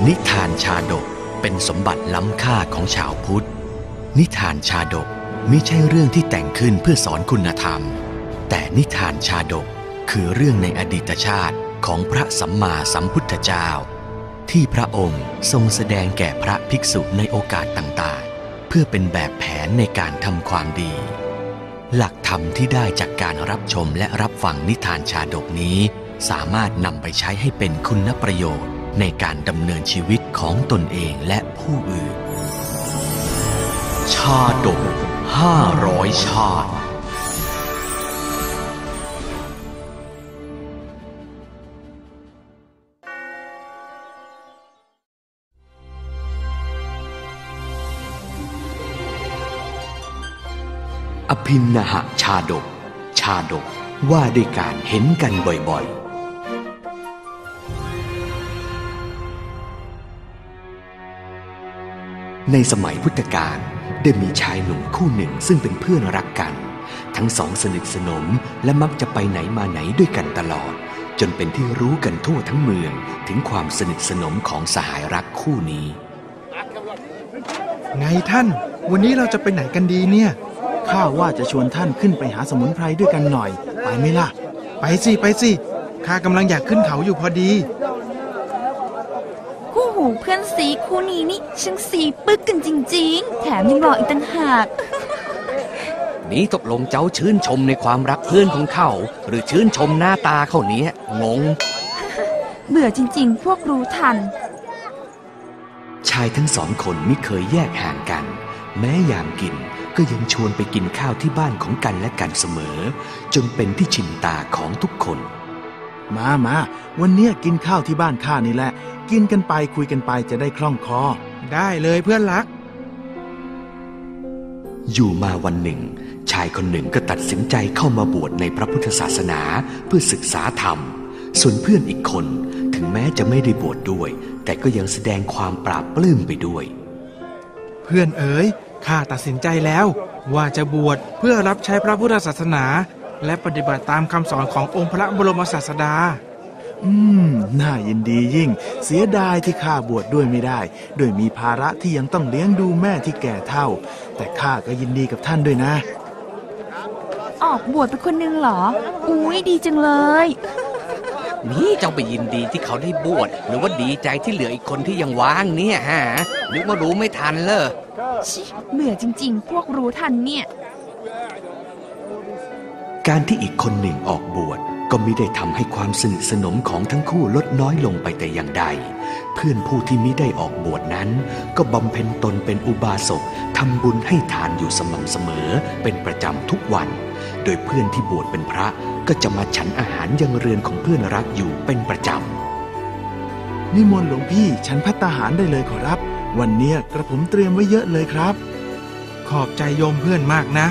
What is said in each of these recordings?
นิทานชาดกเป็นสมบัติล้ำค่าของชาวพุทธนิทานชาดกมิใช่เรื่องที่แต่งขึ้นเพื่อสอนคุณธรรมแต่นิทานชาดกคือเรื่องในอดีตชาติของพระสัมมาสัมพุทธเจ้าที่พระองค์ทรงแสดงแก่พระภิกษุในโอกาสต่างๆเพื่อเป็นแบบแผนในการทำความดีหลักธรรมที่ได้จากการรับชมและรับฟังนิทานชาดกนี้สามารถนำไปใช้ให้เป็นคุณประโยชน์ในการดำเนินชีวิตของตนเองและผู้อื่นชาดก500 ชาติอภินนหชาดกชาดกว่าด้วยการเห็นกันบ่อยๆในสมัยพุทธกาลได้มีชายหนุ่มคู่หนึ่งซึ่งเป็นเพื่อนรักกันทั้งสองสนิทสนมและมักจะไปไหนมาไหนด้วยกันตลอดจนเป็นที่รู้กันทั่วทั้งเมืองถึงความสนิทสนมของสหายรักคู่นี้ไงท่านวันนี้เราจะไปไหนกันดีเนี่ยข้าว่าจะชวนท่านขึ้นไปหาสมุนไพรด้วยกันหน่อยไปไหมล่ะไปสิข้ากำลังอยากขึ้นเขาอยู่พอดีคู่หูเพื่อนสีคู่นี้นี่ช่างสีปึ๊กกันจริงๆแถมยังหล่ออีกต่างหากนี่ตกลงเจ้าชื่นชมในความรักเพื่อนของเขาหรือชื่นชมหน้าตาเขาเนี้ยงงเบื่อจริงๆพวกรู้ทันชายทั้งสองคนไม่เคยแยกห่างกันแม้ยามกินก็ยังชวนไปกินข้าวที่บ้านของกันและกันเสมอจนเป็นที่ชินตาของทุกคนมาวันนี้กินข้าวที่บ้านข้านี่แหละกินกันไปคุยกันไปจะได้คล่องคอได้เลยเพื่อนรักอยู่มาวันหนึ่งชายคนหนึ่งก็ตัดสินใจเข้ามาบวชในพระพุทธศาสนาเพื่อศึกษาธรรมส่วนเพื่อนอีกคนถึงแม้จะไม่ได้บวชด้วยแต่ก็ยังแสดงความปราบปลื้มไปด้วยเพื่อนเอ๋ยข้าตัดสินใจแล้วว่าจะบวชเพื่อรับใช้พระพุทธศาสนาและปฏิบัติตามคำสอนขององค์พระบรมศาสดาน่ายินดียิ่งเสียดายที่ข้าบวชด้วยไม่ได้โดยมีภาระที่ยังต้องเลี้ยงดูแม่ที่แก่เฒ่าแต่ข้าก็ยินดีกับท่านด้วยนะออกบวชเป็นคนหนึ่งเหรออุ๊ยดีจังเลยนี่เจ้าไปยินดีที่เขาได้บวชหรือว่าดีใจที่เหลืออีกคนที่ยังว่างเนี่ยฮะนึกว่ารู้ไม่ทันเลยเบื่อจริงๆพวกรู้ทันเนี่ยการที่อีกคนหนึ่งออกบวชก็ไม่ได้ทำให้ความสนิทสนมของทั้งคู่ลดน้อยลงไปแต่อย่างใดเพื่อนผู้ที่มิได้ออกบวชนั้นก็บำเพ็ญตนเป็นอุบาสกทำบุญให้ทานอยู่สม่ำเสมอเป็นประจำทุกวันโดยเพื่อนที่บวชเป็นพระก็จะมาฉันอาหารยังเรือนของเพื่อนรักอยู่เป็นประจำนิมนต์หลวงพี่ฉันภัตตาหารได้เลยขอรับวันนี้กระผมเตรียมไว้เยอะเลยครับขอบใจโยมเพื่อนมากนะ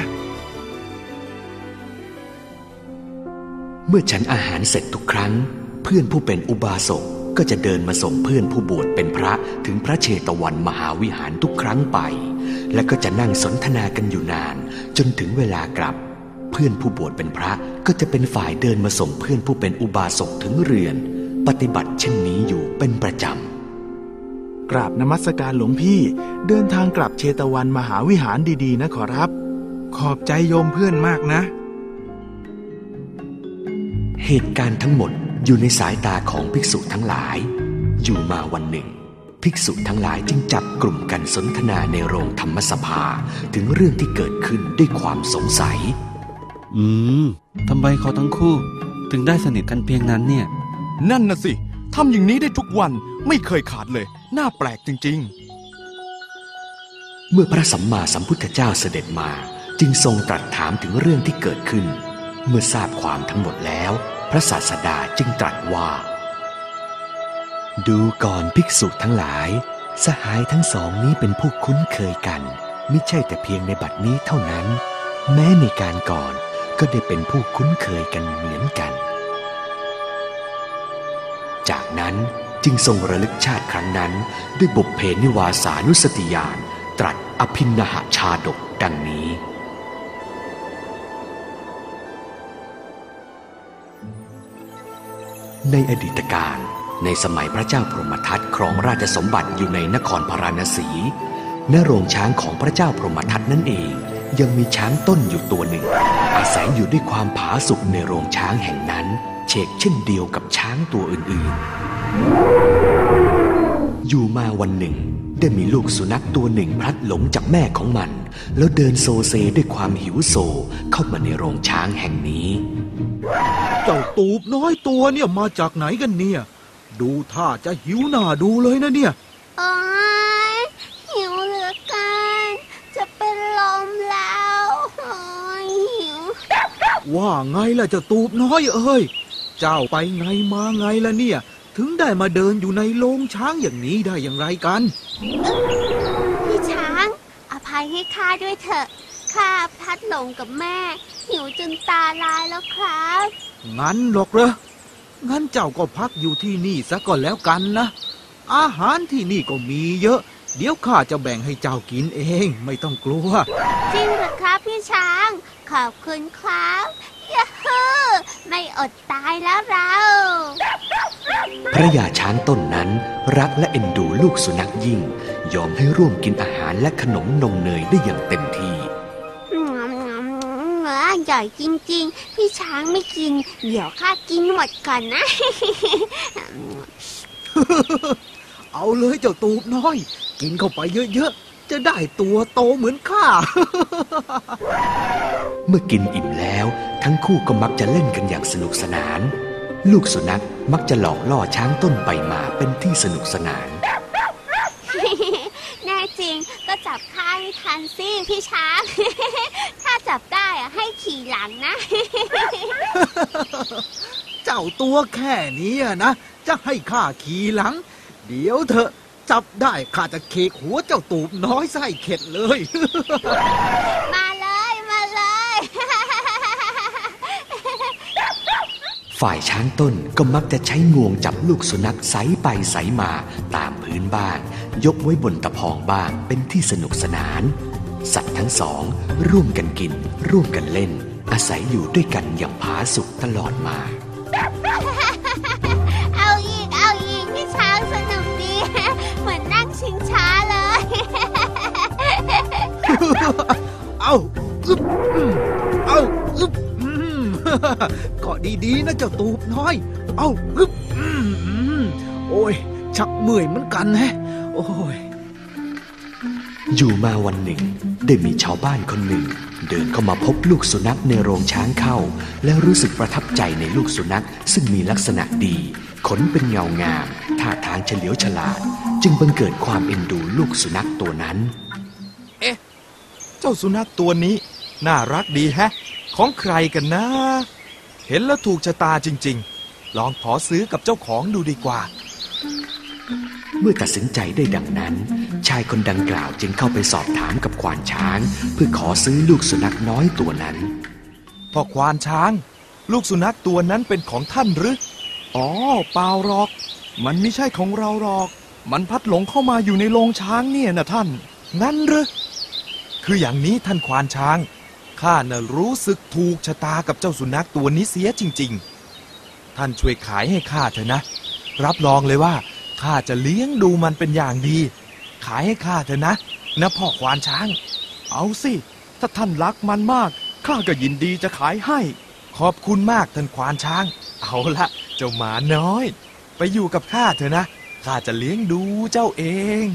เมื่อฉันอาหารเสร็จทุกครั้งเพื่อนผู้เป็นอุบาสกก็จะเดินมาส่งเพื่อนผู้บวชเป็นพระถึงพระเชตวันมหาวิหารทุกครั้งไปและก็จะนั่งสนทนากันอยู่นานจนถึงเวลากลับเพื่อนผู้บวชเป็นพระก็จะเป็นฝ่ายเดินมาส่งเพื่อนผู้เป็นอุบาสกถึงเรือนปฏิบัติเช่นนี้อยู่เป็นประจำกราบนมัสการหลวงพี่เดินทางกลับเชตวันมหาวิหารดีๆนะขอรับขอบใจโยมเพื่อนมากนะเหตุการณ์ทั้งหมดอยู่ในสายตาของภิกษุทั้งหลายอยู่มาวันหนึ่งภิกษุทั้งหลายจึงจับกลุ่มกันสนทนาในโรงธรรมสภาถึงเรื่องที่เกิดขึ้นด้วยความสงสัยทำไมเขาทั้งคู่ถึงได้สนิทกันเพียงนั้นเนี่ยนั่นน่ะสิทำอย่างนี้ได้ทุกวันไม่เคยขาดเลยน่าแปลกจริงๆเมื่อพระสัมมาสัมพุทธเจ้าเสด็จมาจึงทรงตรัสถามถึงเรื่องที่เกิดขึ้นเมื่อทราบความทั้งหมดแล้วพระศาสดาจึงตรัสว่าดูก่อนภิกษุทั้งหลายสหายทั้งสองนี้เป็นผู้คุ้นเคยกันมิใช่แต่เพียงในบัดนี้เท่านั้นแม้ในการก่อนก็ได้เป็นผู้คุ้นเคยกันเหมือนกันจากนั้นจึงทรงระลึกชาติครั้งนั้นด้วยบุพเพนิวาสานุสติญาณตรัสอภินนหชาดกดังนี้ในอดีตการในสมัยพระเจ้าพรหมทัตครองราชสมบัติอยู่ในนครพาราณสีณโรงช้างของพระเจ้าพรหมทัตนั่นเองยังมีช้างต้นอยู่ตัวหนึ่งอาศัยอยู่ด้วยความผาสุกในโรงช้างแห่งนั้นเชกเช่นเดียวกับช้างตัวอื่นๆอยู่มาวันหนึ่งได้มีลูกสุนัขตัวหนึ่งพลัดหลงจากแม่ของมันแล้วเดินโซเซด้วยความหิวโซเข้ามาในโรงช้างแห่งนี้เจ้าตูบน้อยตัวเนี่ยมาจากไหนกันเนี่ยดูท่าจะหิวหน้าดูเลยนะเนี่ยโอ๊ยหิวเหลือเกินจะเป็นลมแล้วโอ๊ยหิวว่าไงล่ะเจ้าตูบน้อยเอ้ยเจ้าไปไงมาไงล่ะเนี่ยถึงได้มาเดินอยู่ในโรงช้างอย่างนี้ได้อย่างไรกันพี่ช้างอภัยให้ข้าด้วยเถอะข้าพลัดหลงกับแม่หิวจนตาลายแล้วครับงั้นหรอกเหรองั้นเจ้าก็พักอยู่ที่นี่ซะก่อนแล้วกันนะอาหารที่นี่ก็มีเยอะเดี๋ยวข้าจะแบ่งให้เจ้ากินเองไม่ต้องกลัวจริงเหรอครับพี่ช้างขอบคุณครับยะฮูไม่อดตายแล้วเราพระยาช้างต้นนั้นรักและเอ็นดูลูกสุนัขยิ่งยอมให้ร่วมกินอาหารและขนมนมเนยได้อย่างเต็มที่ใหญ่จริงๆพี่ช้างไม่กินเดี๋ยวข้ากินหมดก่อนนะเอาเลยเจ้าตูบน้อยกินเข้าไปเยอะๆจะได้ตัวโตเหมือนข้าเมื่อกินอิ่มแล้วทั้งคู่ก็มักจะเล่นกันอย่างสนุกสนานลูกสุนัขมักจะหลอกล่อช้างต้นไปมาเป็นที่สนุกสนานแน่จริงก็จับข้าให้ทันสิพี่ช้าง ถ้าจับได้ให้ขี่หลังนะเจ้าตัวแค่นี้นะจะให้ข้าขี่หลังเดี๋ยวเถอะจับได้ข้าจะเคกหัวเจ้าตูบน้อยไส้เข็ดเลยมาเลยมาเลยฝ่ายช้างต้นก็มักจะใช้งวงจับลูกสุนัขไสไปไสมาตามพื้นบ้านยกไว้บนตะพองบ้างเป็นที่สนุกสนานสัตว์ทั้งสองร่วมกันกินร่วมกันเล่นอาศัยอยู่ด้วยกันอย่างผาสุกตลอดมาเอาอีกพี่ช้างสนุกดี เหมือนนั่งชิงช้าเลยเอาก็ดีๆนะเจ้าตูบน้อยเอาโอ้ยชักเมื่อยเหมือนกันแฮะโอ้ยอยู่มาวันหนึ่งได้มีชาวบ้านคนหนึ่งเดินเข้ามาพบลูกสุนัขในโรงช้างเข้าแล้วรู้สึกประทับใจในลูกสุนัขซึ่งมีลักษณะดีขนเป็นเงางามท่าทางเฉลียวฉลาดจึงบังเกิดความเอ็นดูลูกสุนัขตัวนั้นเอ๊ะเจ้าสุนัขตัวนี้น่ารักดีแฮะของใครกันนะเห็นแล้วถูกชะตาจริงๆลองขอซื้อกับเจ้าของดูดีกว่าเมื่อตัดสินใจได้ดังนั้นชายคนดังกล่าวจึงเข้าไปสอบถามกับควานช้างเพื่อขอซื้อลูกสุนัขน้อยตัวนั้นพ่อควานช้างลูกสุนัขตัวนั้นเป็นของท่านหรืออ๋อเปล่าหรอกมันไม่ใช่ของเราหรอกมันพัดหลงเข้ามาอยู่ในโรงช้างเนี่ยนะท่านงั้นหรือคืออย่างนี้ท่านควานช้างข้าน่ะรู้สึกถูกชะตากับเจ้าสุนัขตัวนี้เสียจริงๆท่านช่วยขายให้ข้าเถอะนะรับรองเลยว่าข้าจะเลี้ยงดูมันเป็นอย่างดีขายให้ข้าเถอะนะพ่อควานช้างเอาสิถ้าท่านรักมันมากข้าก็ยินดีจะขายให้ขอบคุณมากท่านควานช้างเอาละเจ้าหมาน้อยไปอยู่กับข้าเถอะนะข้าจะเลี้ยงดูเจ้าเอง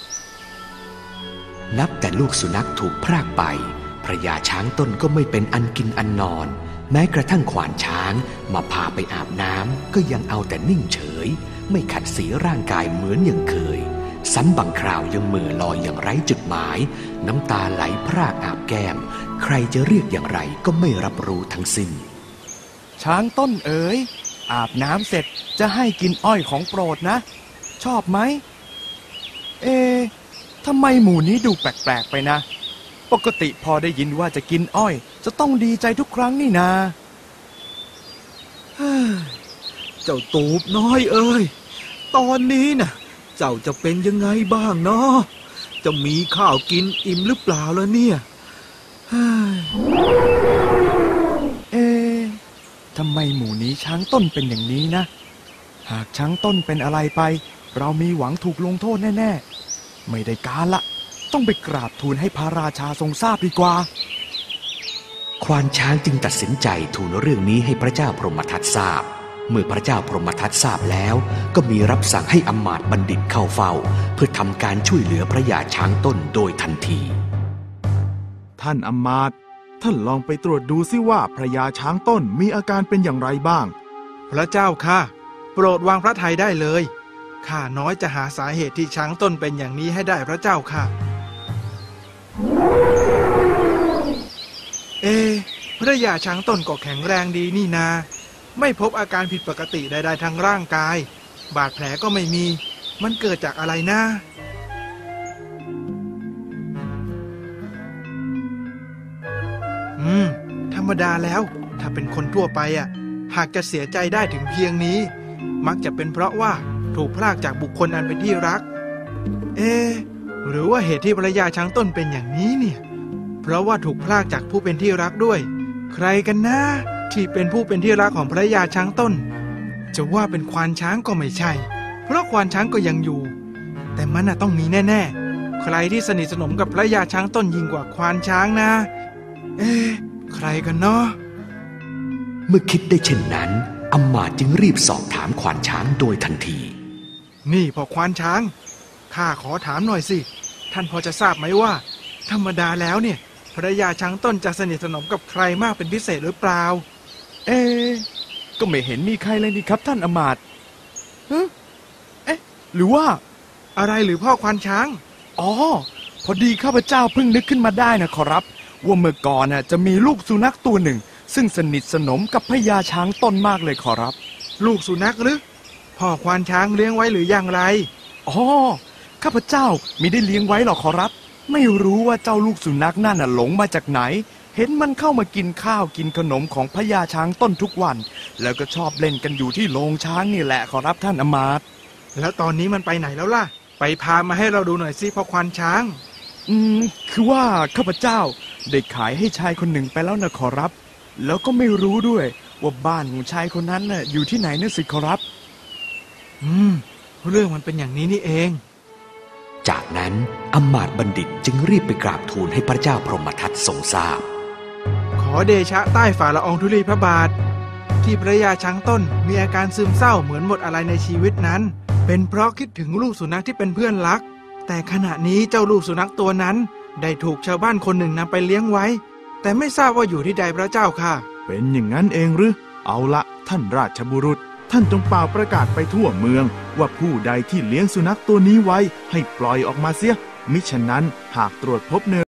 นับแต่ลูกสุนัขถูกพรากไปพระยาช้างต้นก็ไม่เป็นอันกินอันนอนแม้กระทั่งขวานช้างมาพาไปอาบน้ำก็ยังเอาแต่นิ่งเฉยไม่ขัดสีร่างกายเหมือนอย่างเคยซ้ำบางคราวยังเหม่อลอยอย่างไร้จุดหมายน้ำตาไหลพรากอาบแก้มใครจะเรียกอย่างไรก็ไม่รับรู้ทั้งสิ้นช้างต้นเอ๋ยอาบน้ำเสร็จจะให้กินอ้อยของโปรดนะชอบไหมทำไมหมูนี้ดูแปลกๆไปนะปกติพอได้ยินว่าจะกินอ้อยจะต้องดีใจทุกครั้งนี่นาเจ้าตูบน้อยเอ้ยตอนนี้น่ะเจ้าจะเป็นยังไงบ้างเนาะจะมีข้าวกินอิ่มหรือเปล่าล่ะเนี่ยทำไมหมูนี้ช้างต้นเป็นอย่างนี้นะหากช้างต้นเป็นอะไรไป เรามีหวังถูกลงโทษแน่ๆไม่ได้การละต้องไปกราบทูลให้พระราชาทรงทราบดีกว่าควานช้างจึงตัดสินใจทูลเรื่องนี้ให้พระเจ้าพรหมทัตทราบเมื่อพระเจ้าพรหมทัตทราบแล้วก็มีรับสั่งให้อำมาตย์บัณฑิตเข้าเฝ้าเพื่อทำการช่วยเหลือพระยาช้างต้นโดยทันทีท่านอำมาตย์ท่านลองไปตรวจดูซิว่าพระยาช้างต้นมีอาการเป็นอย่างไรบ้างพระเจ้าค่ะโปรดวางพระทัยได้เลยข้าน้อยจะหาสาเหตุที่ช้างต้นเป็นอย่างนี้ให้ได้พระเจ้าค่ะพระยาช้างต้นก็แข็งแรงดีนี่นาไม่พบอาการผิดปกติใดๆทางร่างกายบาดแผลก็ไม่มีมันเกิดจากอะไรนะธรรมดาแล้วถ้าเป็นคนทั่วไปหากจะเสียใจได้ถึงเพียงนี้มักจะเป็นเพราะว่าถูกพรากจากบุคคลอันเป็นที่รักหรือว่าเหตุที่พระยาช้างต้นเป็นอย่างนี้เนี่ยเพราะว่าถูกพรากจากผู้เป็นที่รักด้วยใครกันนะที่เป็นผู้เป็นที่รักของพระยาช้างต้นจะว่าเป็นควานช้างก็ไม่ใช่เพราะควานช้างก็ยังอยู่แต่มันต้องมีแน่ๆใครที่สนิทสนมกับพระยาช้างต้นยิ่งกว่าควานช้างนะใครกันเนาะเมื่อคิดได้เช่นนั้นอำมาตย์จึงรีบสอบถามควานช้างโดยทันทีนี่พอควานช้างข้าขอถามหน่อยสิท่านพอจะทราบไหมว่าธรรมดาแล้วเนี่ยพระยาช้างต้นจะสนิทสนมกับใครมากเป็นพิเศษหรือเปล่าก็ไม่เห็นมีใครเลยนี่ครับท่านอมาตย์หรือว่าอะไรหรือพ่อควานช้างพอดีข้าพเจ้าเพิ่งนึกขึ้นมาได้นะขอรับว่าเมื่อก่อนจะมีลูกสุนัขตัวหนึ่งซึ่งสนิทสนมกับพญาช้างต้นมากเลยขอรับลูกสุนัขหรือพ่อควานช้างเลี้ยงไว้หรืออย่างไรข้าพเจ้ามิได้เลี้ยงไว้หรอกขอรับไม่รู้ว่าเจ้าลูกสุนัขนั่นหลงมาจากไหนเห็นมันเข้ามากินข้าวกินขนมของพญาช้างต้นทุกวันแล้วก็ชอบเล่นกันอยู่ที่โรงช้างนี่แหละขอรับท่านอมาตย์แล้วตอนนี้มันไปไหนแล้วล่ะไปพามาให้เราดูหน่อยสิพ่อควานช้างคือว่าข้าพเจ้าได้ขายให้ชายคนหนึ่งไปแล้วนะขอรับแล้วก็ไม่รู้ด้วยว่าบ้านของชายคนนั้นอยู่ที่ไหนนะสิขอรับเรื่องมันเป็นอย่างนี้นี่เองจากนั้นอำมาตย์บัณฑิตจึงรีบไปกราบทูลให้พระเจ้าพรหมทัตทรงทราบขอเดชะใต้ฝ่าละอองธุลีพระบาทที่พระยาช้างต้นมีอาการซึมเศร้าเหมือนหมดอะไรในชีวิตนั้นเป็นเพราะคิดถึงลูกสุนัขที่เป็นเพื่อนรักแต่ขณะนี้เจ้าลูกสุนัขตัวนั้นได้ถูกชาวบ้านคนหนึ่งนำไปเลี้ยงไว้แต่ไม่ทราบว่าอยู่ที่ใดพระเจ้าค่ะเป็นอย่างนั้นเองหรือเอาละท่านราชบุรุษท่านจงเป่าประกาศไปทั่วเมืองว่าผู้ใดที่เลี้ยงสุนัขตัวนี้ไว้ให้ปล่อยออกมาเสียมิฉะนั้นหากตรวจพบใน